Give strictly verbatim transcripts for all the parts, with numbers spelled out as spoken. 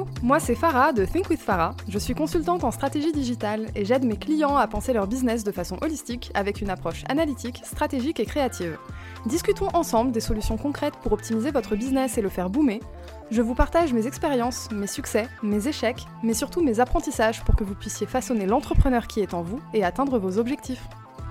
Coucou, moi c'est Farah de Think with Farah. Je suis consultante en stratégie digitale et j'aide mes clients à penser leur business de façon holistique avec une approche analytique, stratégique et créative. Discutons ensemble des solutions concrètes pour optimiser votre business et le faire boomer. Je vous partage mes expériences, mes succès, mes échecs, mais surtout mes apprentissages pour que vous puissiez façonner l'entrepreneur qui est en vous et atteindre vos objectifs.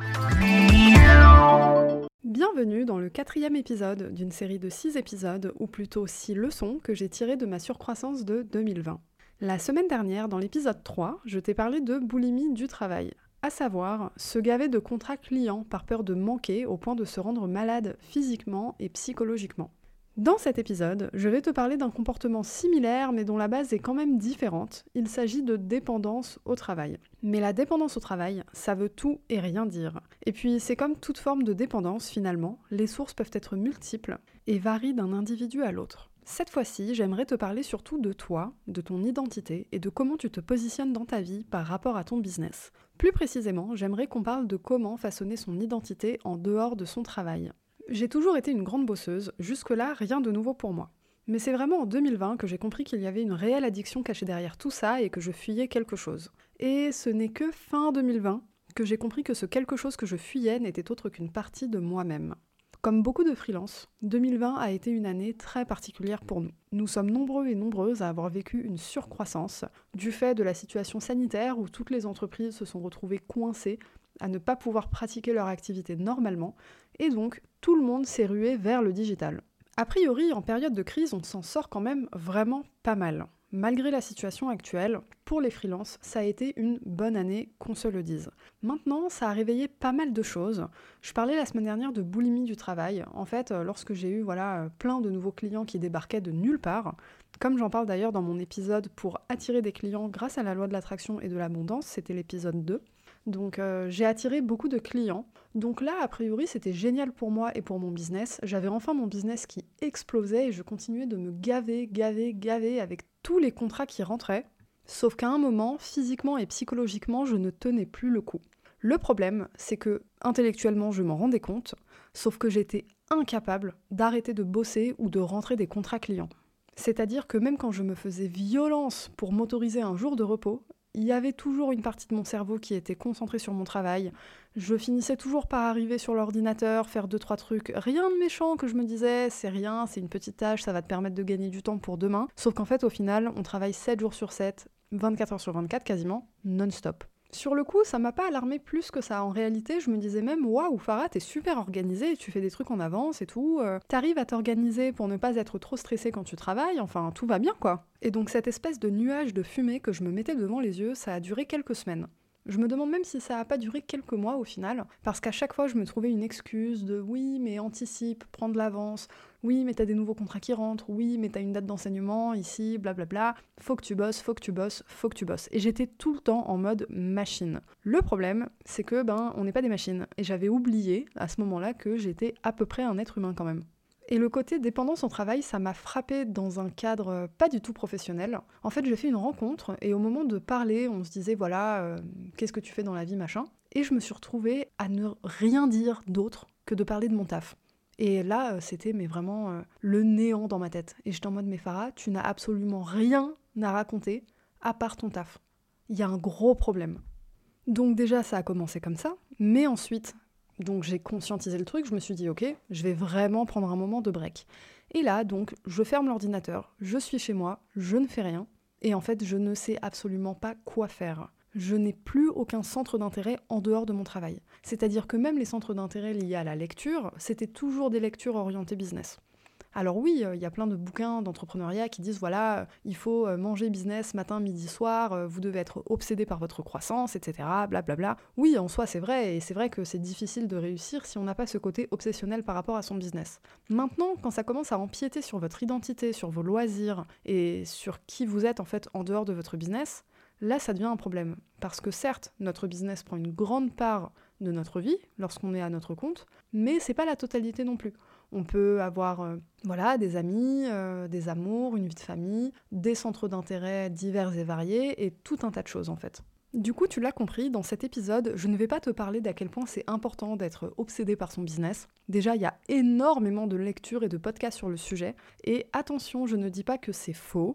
Bienvenue dans le quatrième épisode d'une série de six épisodes, ou plutôt six leçons que j'ai tirées de ma surcroissance de deux mille vingt. La semaine dernière, dans l'épisode trois, je t'ai parlé de boulimie du travail, à savoir se gaver de contrats clients par peur de manquer au point de se rendre malade physiquement et psychologiquement. Dans cet épisode, je vais te parler d'un comportement similaire mais dont la base est quand même différente. Il s'agit de dépendance au travail. Mais la dépendance au travail, ça veut tout et rien dire. Et puis c'est comme toute forme de dépendance finalement, les sources peuvent être multiples et varient d'un individu à l'autre. Cette fois-ci, j'aimerais te parler surtout de toi, de ton identité et de comment tu te positionnes dans ta vie par rapport à ton business. Plus précisément, j'aimerais qu'on parle de comment façonner son identité en dehors de son travail. J'ai toujours été une grande bosseuse, jusque-là rien de nouveau pour moi. Mais c'est vraiment en deux mille vingt que j'ai compris qu'il y avait une réelle addiction cachée derrière tout ça et que je fuyais quelque chose. Et ce n'est que fin deux mille vingt que j'ai compris que ce quelque chose que je fuyais n'était autre qu'une partie de moi-même. Comme beaucoup de freelance, deux mille vingt a été une année très particulière pour nous. Nous sommes nombreux et nombreuses à avoir vécu une surcroissance du fait de la situation sanitaire où toutes les entreprises se sont retrouvées coincées à ne pas pouvoir pratiquer leur activité normalement, et donc tout le monde s'est rué vers le digital. A priori, en période de crise, on s'en sort quand même vraiment pas mal. Malgré la situation actuelle, pour les freelances, ça a été une bonne année, qu'on se le dise. Maintenant, ça a réveillé pas mal de choses. Je parlais la semaine dernière de boulimie du travail. En fait, lorsque j'ai eu voilà, plein de nouveaux clients qui débarquaient de nulle part, comme j'en parle d'ailleurs dans mon épisode pour attirer des clients grâce à la loi de l'attraction et de l'abondance, c'était l'épisode deux. Donc euh, j'ai attiré beaucoup de clients. Donc là, a priori, c'était génial pour moi et pour mon business. J'avais enfin mon business qui explosait et je continuais de me gaver, gaver, gaver avec tous les contrats qui rentraient. Sauf qu'à un moment, physiquement et psychologiquement, je ne tenais plus le coup. Le problème, c'est que intellectuellement, je m'en rendais compte, sauf que j'étais incapable d'arrêter de bosser ou de rentrer des contrats clients. C'est-à-dire que même quand je me faisais violence pour m'autoriser un jour de repos, il y avait toujours une partie de mon cerveau qui était concentrée sur mon travail. Je finissais toujours par arriver sur l'ordinateur, faire deux, trois trucs. Rien de méchant que je me disais, c'est rien, c'est une petite tâche, ça va te permettre de gagner du temps pour demain. Sauf qu'en fait, au final, on travaille sept jours sur sept, vingt-quatre heures sur vingt-quatre quasiment, non-stop. Sur le coup, ça m'a pas alarmé plus que ça. En réalité, je me disais même, waouh, Farah, t'es super organisée, tu fais des trucs en avance et tout. Euh, t'arrives à t'organiser pour ne pas être trop stressée quand tu travailles, enfin, tout va bien, quoi. Et donc, cette espèce de nuage de fumée que je me mettais devant les yeux, ça a duré quelques semaines. Je me demande même si ça a pas duré quelques mois au final, parce qu'à chaque fois, je me trouvais une excuse de oui, mais anticipe, prends de l'avance, oui, mais t'as des nouveaux contrats qui rentrent, oui, mais t'as une date d'enseignement ici, blablabla, faut que tu bosses, faut que tu bosses, faut que tu bosses. Et j'étais tout le temps en mode machine. Le problème, c'est que, ben, on n'est pas des machines. Et j'avais oublié, à ce moment-là, que j'étais à peu près un être humain quand même. Et le côté dépendance au travail, ça m'a frappé dans un cadre pas du tout professionnel. En fait, j'ai fait une rencontre et au moment de parler, on se disait voilà, euh, qu'est-ce que tu fais dans la vie, machin. Et je me suis retrouvée à ne rien dire d'autre que de parler de mon taf. Et là, c'était mais vraiment euh, le néant dans ma tête. Et j'étais en mode mais Farah, tu n'as absolument rien à raconter à part ton taf. Il y a un gros problème. Donc déjà, ça a commencé comme ça, mais ensuite... Donc j'ai conscientisé le truc, je me suis dit ok, je vais vraiment prendre un moment de break. Et là donc je ferme l'ordinateur, je suis chez moi, je ne fais rien, et en fait je ne sais absolument pas quoi faire. Je n'ai plus aucun centre d'intérêt en dehors de mon travail. C'est-à-dire que même les centres d'intérêt liés à la lecture, c'était toujours des lectures orientées business. Alors oui, il euh, y a plein de bouquins d'entrepreneuriat qui disent voilà, euh, il faut euh, manger business matin, midi, soir, euh, vous devez être obsédé par votre croissance, et cetera. Blablabla. Oui, en soi c'est vrai, et c'est vrai que c'est difficile de réussir si on n'a pas ce côté obsessionnel par rapport à son business. Maintenant, quand ça commence à empiéter sur votre identité, sur vos loisirs, et sur qui vous êtes en fait en dehors de votre business, là ça devient un problème. Parce que certes, notre business prend une grande part de notre vie lorsqu'on est à notre compte, mais c'est pas la totalité non plus. On peut avoir euh, voilà, des amis, euh, des amours, une vie de famille, des centres d'intérêt divers et variés, et tout un tas de choses en fait. Du coup, tu l'as compris, dans cet épisode, je ne vais pas te parler d'à quel point c'est important d'être obsédé par son business. Déjà, il y a énormément de lectures et de podcasts sur le sujet, et attention, je ne dis pas que c'est faux.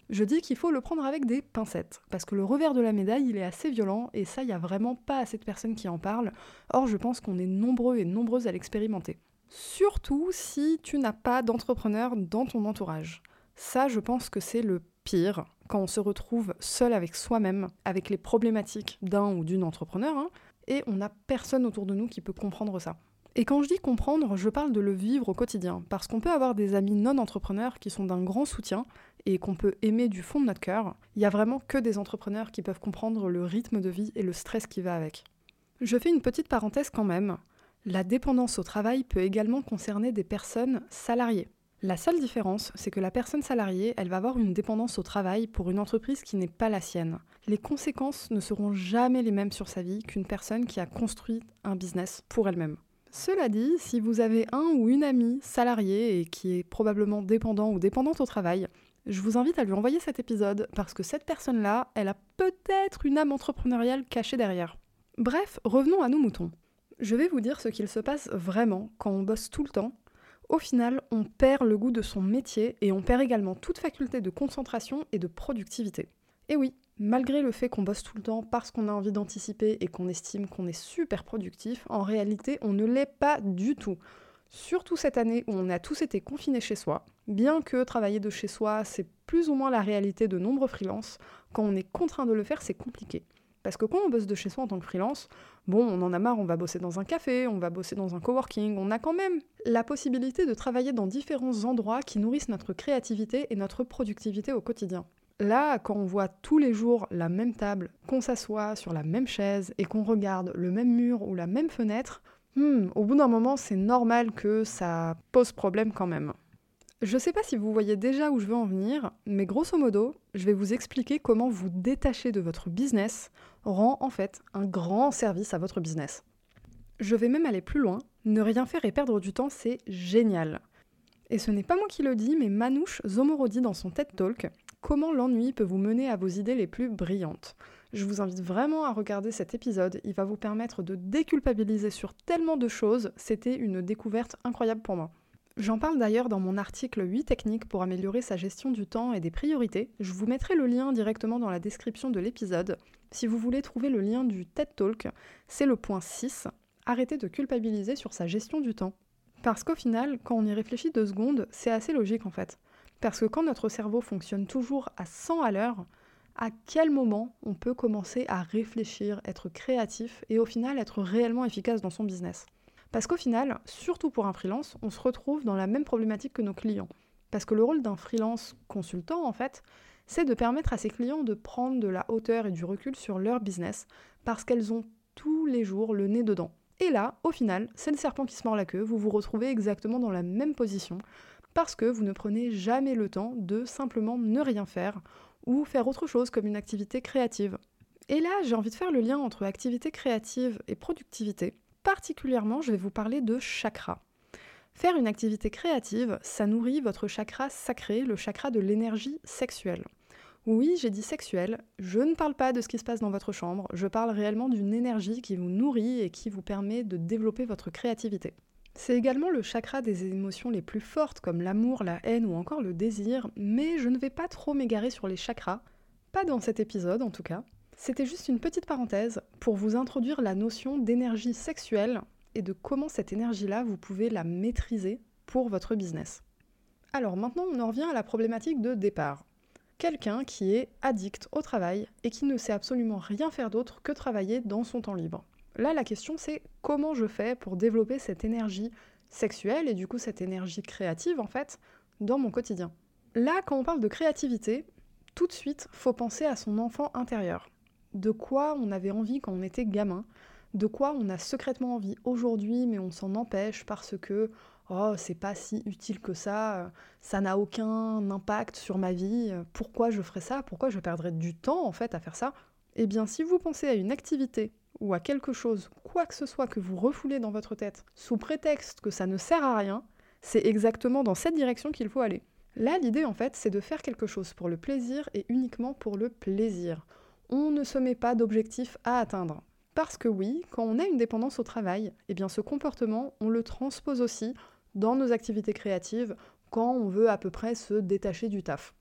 Je dis qu'il faut le prendre avec des pincettes, parce que le revers de la médaille, il est assez violent, et ça, il n'y a vraiment pas assez de personnes qui en parlent. Or, je pense qu'on est nombreux et nombreuses à l'expérimenter. Surtout si tu n'as pas d'entrepreneur dans ton entourage. Ça, je pense que c'est le pire, quand on se retrouve seul avec soi-même, avec les problématiques d'un ou d'une entrepreneur, hein, et on n'a personne autour de nous qui peut comprendre ça. Et quand je dis comprendre, je parle de le vivre au quotidien, parce qu'on peut avoir des amis non-entrepreneurs qui sont d'un grand soutien et qu'on peut aimer du fond de notre cœur. Il n'y a vraiment que des entrepreneurs qui peuvent comprendre le rythme de vie et le stress qui va avec. Je fais une petite parenthèse quand même. La dépendance au travail peut également concerner des personnes salariées. La seule différence, c'est que la personne salariée, elle va avoir une dépendance au travail pour une entreprise qui n'est pas la sienne. Les conséquences ne seront jamais les mêmes sur sa vie qu'une personne qui a construit un business pour elle-même. Cela dit, si vous avez un ou une amie salariée et qui est probablement dépendant ou dépendante au travail, je vous invite à lui envoyer cet épisode parce que cette personne-là, elle a peut-être une âme entrepreneuriale cachée derrière. Bref, revenons à nos moutons. Je vais vous dire ce qu'il se passe vraiment quand on bosse tout le temps. Au final, on perd le goût de son métier et on perd également toute faculté de concentration et de productivité. Et oui, malgré le fait qu'on bosse tout le temps parce qu'on a envie d'anticiper et qu'on estime qu'on est super productif, en réalité, on ne l'est pas du tout. Surtout cette année où on a tous été confinés chez soi, bien que travailler de chez soi, c'est plus ou moins la réalité de nombreux freelances, quand on est contraint de le faire, c'est compliqué. Parce que quand on bosse de chez soi en tant que freelance, bon, on en a marre, on va bosser dans un café, on va bosser dans un coworking, on a quand même la possibilité de travailler dans différents endroits qui nourrissent notre créativité et notre productivité au quotidien. Là, quand on voit tous les jours la même table, qu'on s'assoit sur la même chaise et qu'on regarde le même mur ou la même fenêtre, hmm, au bout d'un moment, c'est normal que ça pose problème quand même. Je sais pas si vous voyez déjà où je veux en venir, mais grosso modo, je vais vous expliquer comment vous détacher de votre business rend en fait un grand service à votre business. Je vais même aller plus loin, ne rien faire et perdre du temps, c'est génial. Et ce n'est pas moi qui le dis, mais Manouche Zomorodi dit dans son TED Talk comment l'ennui peut vous mener à vos idées les plus brillantes. Je vous invite vraiment à regarder cet épisode, il va vous permettre de déculpabiliser sur tellement de choses, c'était une découverte incroyable pour moi. J'en parle d'ailleurs dans mon article huit techniques pour améliorer sa gestion du temps et des priorités. Je vous mettrai le lien directement dans la description de l'épisode. Si vous voulez trouver le lien du TED Talk, c'est le point six, arrêtez de culpabiliser sur sa gestion du temps. Parce qu'au final, quand on y réfléchit deux secondes, c'est assez logique en fait. Parce que quand notre cerveau fonctionne toujours à cent à l'heure, à quel moment on peut commencer à réfléchir, être créatif et au final être réellement efficace dans son business ? Parce qu'au final, surtout pour un freelance, on se retrouve dans la même problématique que nos clients. Parce que le rôle d'un freelance consultant, en fait, c'est de permettre à ses clients de prendre de la hauteur et du recul sur leur business, parce qu'elles ont tous les jours le nez dedans. Et là, au final, c'est le serpent qui se mord la queue, vous vous retrouvez exactement dans la même position, parce que vous ne prenez jamais le temps de simplement ne rien faire, ou faire autre chose comme une activité créative. Et là, j'ai envie de faire le lien entre activité créative et productivité. Particulièrement, je vais vous parler de chakra. Faire une activité créative, ça nourrit votre chakra sacré, le chakra de l'énergie sexuelle. Oui, j'ai dit sexuelle, je ne parle pas de ce qui se passe dans votre chambre, je parle réellement d'une énergie qui vous nourrit et qui vous permet de développer votre créativité. C'est également le chakra des émotions les plus fortes, comme l'amour, la haine ou encore le désir, mais je ne vais pas trop m'égarer sur les chakras, pas dans cet épisode en tout cas. C'était juste une petite parenthèse pour vous introduire la notion d'énergie sexuelle et de comment cette énergie-là, vous pouvez la maîtriser pour votre business. Alors maintenant, on en revient à la problématique de départ. Quelqu'un qui est addict au travail et qui ne sait absolument rien faire d'autre que travailler dans son temps libre. Là, la question, c'est comment je fais pour développer cette énergie sexuelle et du coup cette énergie créative, en fait, dans mon quotidien. Là, quand on parle de créativité, tout de suite, faut penser à son enfant intérieur. De quoi on avait envie quand on était gamin, de quoi on a secrètement envie aujourd'hui, mais on s'en empêche parce que oh, c'est pas si utile que ça, ça n'a aucun impact sur ma vie, pourquoi je ferais ça, pourquoi je perdrais du temps en fait à faire ça ? Eh bien, si vous pensez à une activité ou à quelque chose, quoi que ce soit que vous refoulez dans votre tête, sous prétexte que ça ne sert à rien, c'est exactement dans cette direction qu'il faut aller. Là, l'idée en fait, c'est de faire quelque chose pour le plaisir et uniquement pour le plaisir. On ne se met pas d'objectif à atteindre. Parce que oui, quand on a une dépendance au travail, eh bien ce comportement, on le transpose aussi dans nos activités créatives quand on veut à peu près se détacher du taf.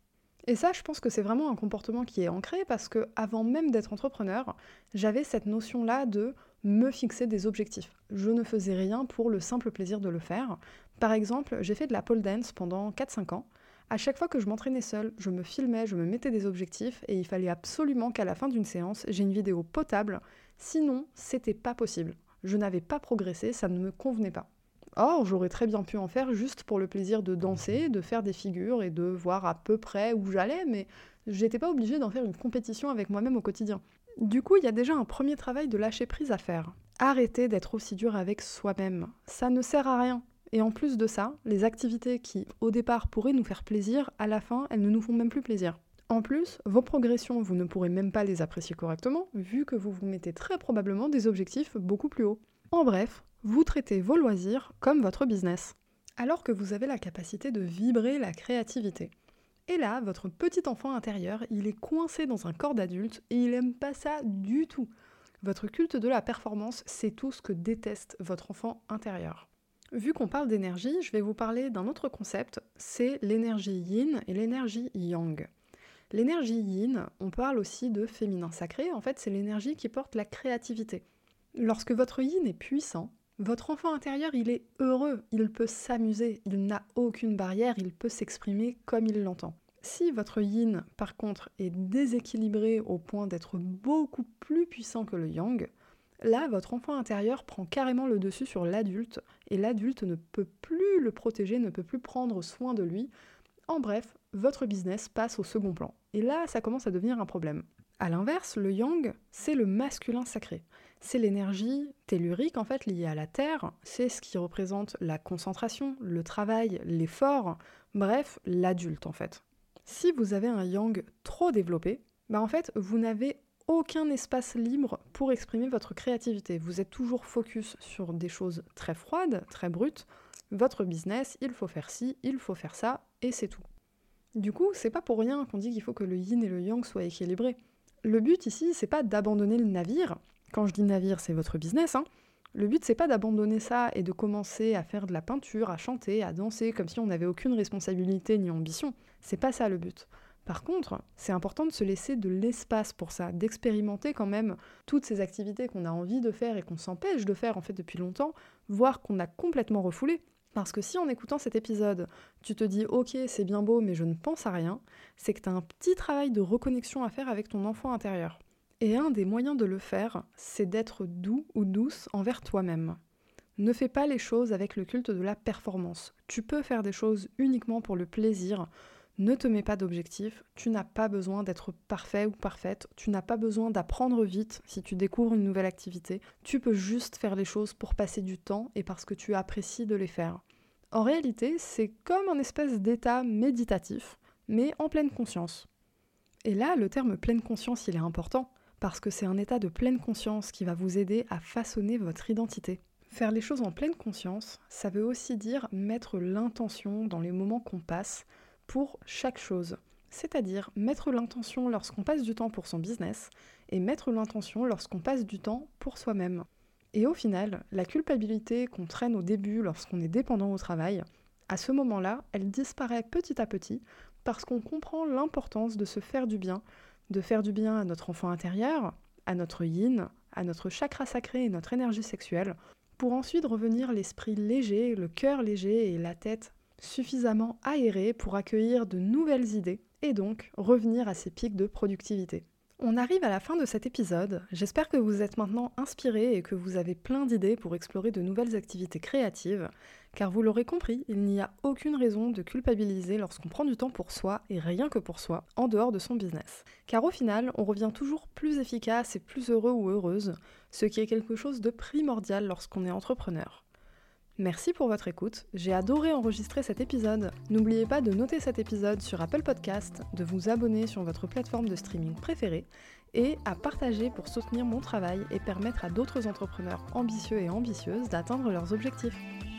Et ça, je pense que c'est vraiment un comportement qui est ancré parce que avant même d'être entrepreneur, j'avais cette notion-là de me fixer des objectifs. Je ne faisais rien pour le simple plaisir de le faire. Par exemple, j'ai fait de la pole dance pendant quatre cinq ans. À chaque fois que je m'entraînais seule, je me filmais, je me mettais des objectifs et il fallait absolument qu'à la fin d'une séance, j'ai une vidéo potable. Sinon, c'était pas possible. Je n'avais pas progressé, ça ne me convenait pas. Or, j'aurais très bien pu en faire juste pour le plaisir de danser, de faire des figures et de voir à peu près où j'allais, mais j'étais pas obligée d'en faire une compétition avec moi-même au quotidien. Du coup, il y a déjà un premier travail de lâcher prise à faire. Arrêtez d'être aussi dur avec soi-même. Ça ne sert à rien. Et en plus de ça, les activités qui, au départ, pourraient nous faire plaisir, à la fin, elles ne nous font même plus plaisir. En plus, vos progressions, vous ne pourrez même pas les apprécier correctement, vu que vous vous mettez très probablement des objectifs beaucoup plus hauts. En bref, vous traitez vos loisirs comme votre business, alors que vous avez la capacité de vibrer la créativité. Et là, votre petit enfant intérieur, il est coincé dans un corps d'adulte et il aime pas ça du tout. Votre culte de la performance, c'est tout ce que déteste votre enfant intérieur. Vu qu'on parle d'énergie, je vais vous parler d'un autre concept, c'est l'énergie yin et l'énergie yang. L'énergie yin, on parle aussi de féminin sacré, en fait c'est l'énergie qui porte la créativité. Lorsque votre yin est puissant, votre enfant intérieur, il est heureux, il peut s'amuser, il n'a aucune barrière, il peut s'exprimer comme il l'entend. Si votre yin, par contre, est déséquilibré au point d'être beaucoup plus puissant que le yang, là, votre enfant intérieur prend carrément le dessus sur l'adulte, et l'adulte ne peut plus le protéger, ne peut plus prendre soin de lui. En bref, votre business passe au second plan. Et là, ça commence à devenir un problème. A l'inverse, le yang, c'est le masculin sacré. C'est l'énergie tellurique en fait liée à la terre, c'est ce qui représente la concentration, le travail, l'effort, bref, l'adulte en fait. Si vous avez un yang trop développé, bah en fait, vous n'avez aucun espace libre pour exprimer votre créativité. Vous êtes toujours focus sur des choses très froides, très brutes. Votre business, il faut faire ci, il faut faire ça, et c'est tout. Du coup, c'est pas pour rien qu'on dit qu'il faut que le yin et le yang soient équilibrés. Le but ici, c'est pas d'abandonner le navire. Quand je dis navire, c'est votre business, hein. Le but, c'est pas d'abandonner ça et de commencer à faire de la peinture, à chanter, à danser, comme si on n'avait aucune responsabilité ni ambition. C'est pas ça le but. Par contre, c'est important de se laisser de l'espace pour ça, d'expérimenter quand même toutes ces activités qu'on a envie de faire et qu'on s'empêche de faire en fait depuis longtemps, voire qu'on a complètement refoulé. Parce que si en écoutant cet épisode, tu te dis « Ok, c'est bien beau, mais je ne pense à rien », c'est que tu as un petit travail de reconnexion à faire avec ton enfant intérieur. Et un des moyens de le faire, c'est d'être doux ou douce envers toi-même. Ne fais pas les choses avec le culte de la performance. Tu peux faire des choses uniquement pour le plaisir. Ne te mets pas d'objectif. Tu n'as pas besoin d'être parfait ou parfaite. Tu n'as pas besoin d'apprendre vite si tu découvres une nouvelle activité. Tu peux juste faire les choses pour passer du temps et parce que tu apprécies de les faire. En réalité, c'est comme un espèce d'état méditatif, mais en pleine conscience. Et là, le terme pleine conscience, il est important, parce que c'est un état de pleine conscience qui va vous aider à façonner votre identité. Faire les choses en pleine conscience, ça veut aussi dire mettre l'intention dans les moments qu'on passe pour chaque chose. C'est-à-dire mettre l'intention lorsqu'on passe du temps pour son business et mettre l'intention lorsqu'on passe du temps pour soi-même. Et au final, la culpabilité qu'on traîne au début lorsqu'on est dépendant au travail, à ce moment-là, elle disparaît petit à petit parce qu'on comprend l'importance de se faire du bien, de faire du bien à notre enfant intérieur, à notre yin, à notre chakra sacré et notre énergie sexuelle, pour ensuite revenir l'esprit léger, le cœur léger et la tête suffisamment aérée pour accueillir de nouvelles idées et donc revenir à ces pics de productivité. On arrive à la fin de cet épisode, j'espère que vous êtes maintenant inspirés et que vous avez plein d'idées pour explorer de nouvelles activités créatives, car vous l'aurez compris, il n'y a aucune raison de culpabiliser lorsqu'on prend du temps pour soi, et rien que pour soi, en dehors de son business. Car au final, on revient toujours plus efficace et plus heureux ou heureuse, ce qui est quelque chose de primordial lorsqu'on est entrepreneur. Merci pour votre écoute, j'ai adoré enregistrer cet épisode. N'oubliez pas de noter cet épisode sur Apple Podcast, de vous abonner sur votre plateforme de streaming préférée et à partager pour soutenir mon travail et permettre à d'autres entrepreneurs ambitieux et ambitieuses d'atteindre leurs objectifs.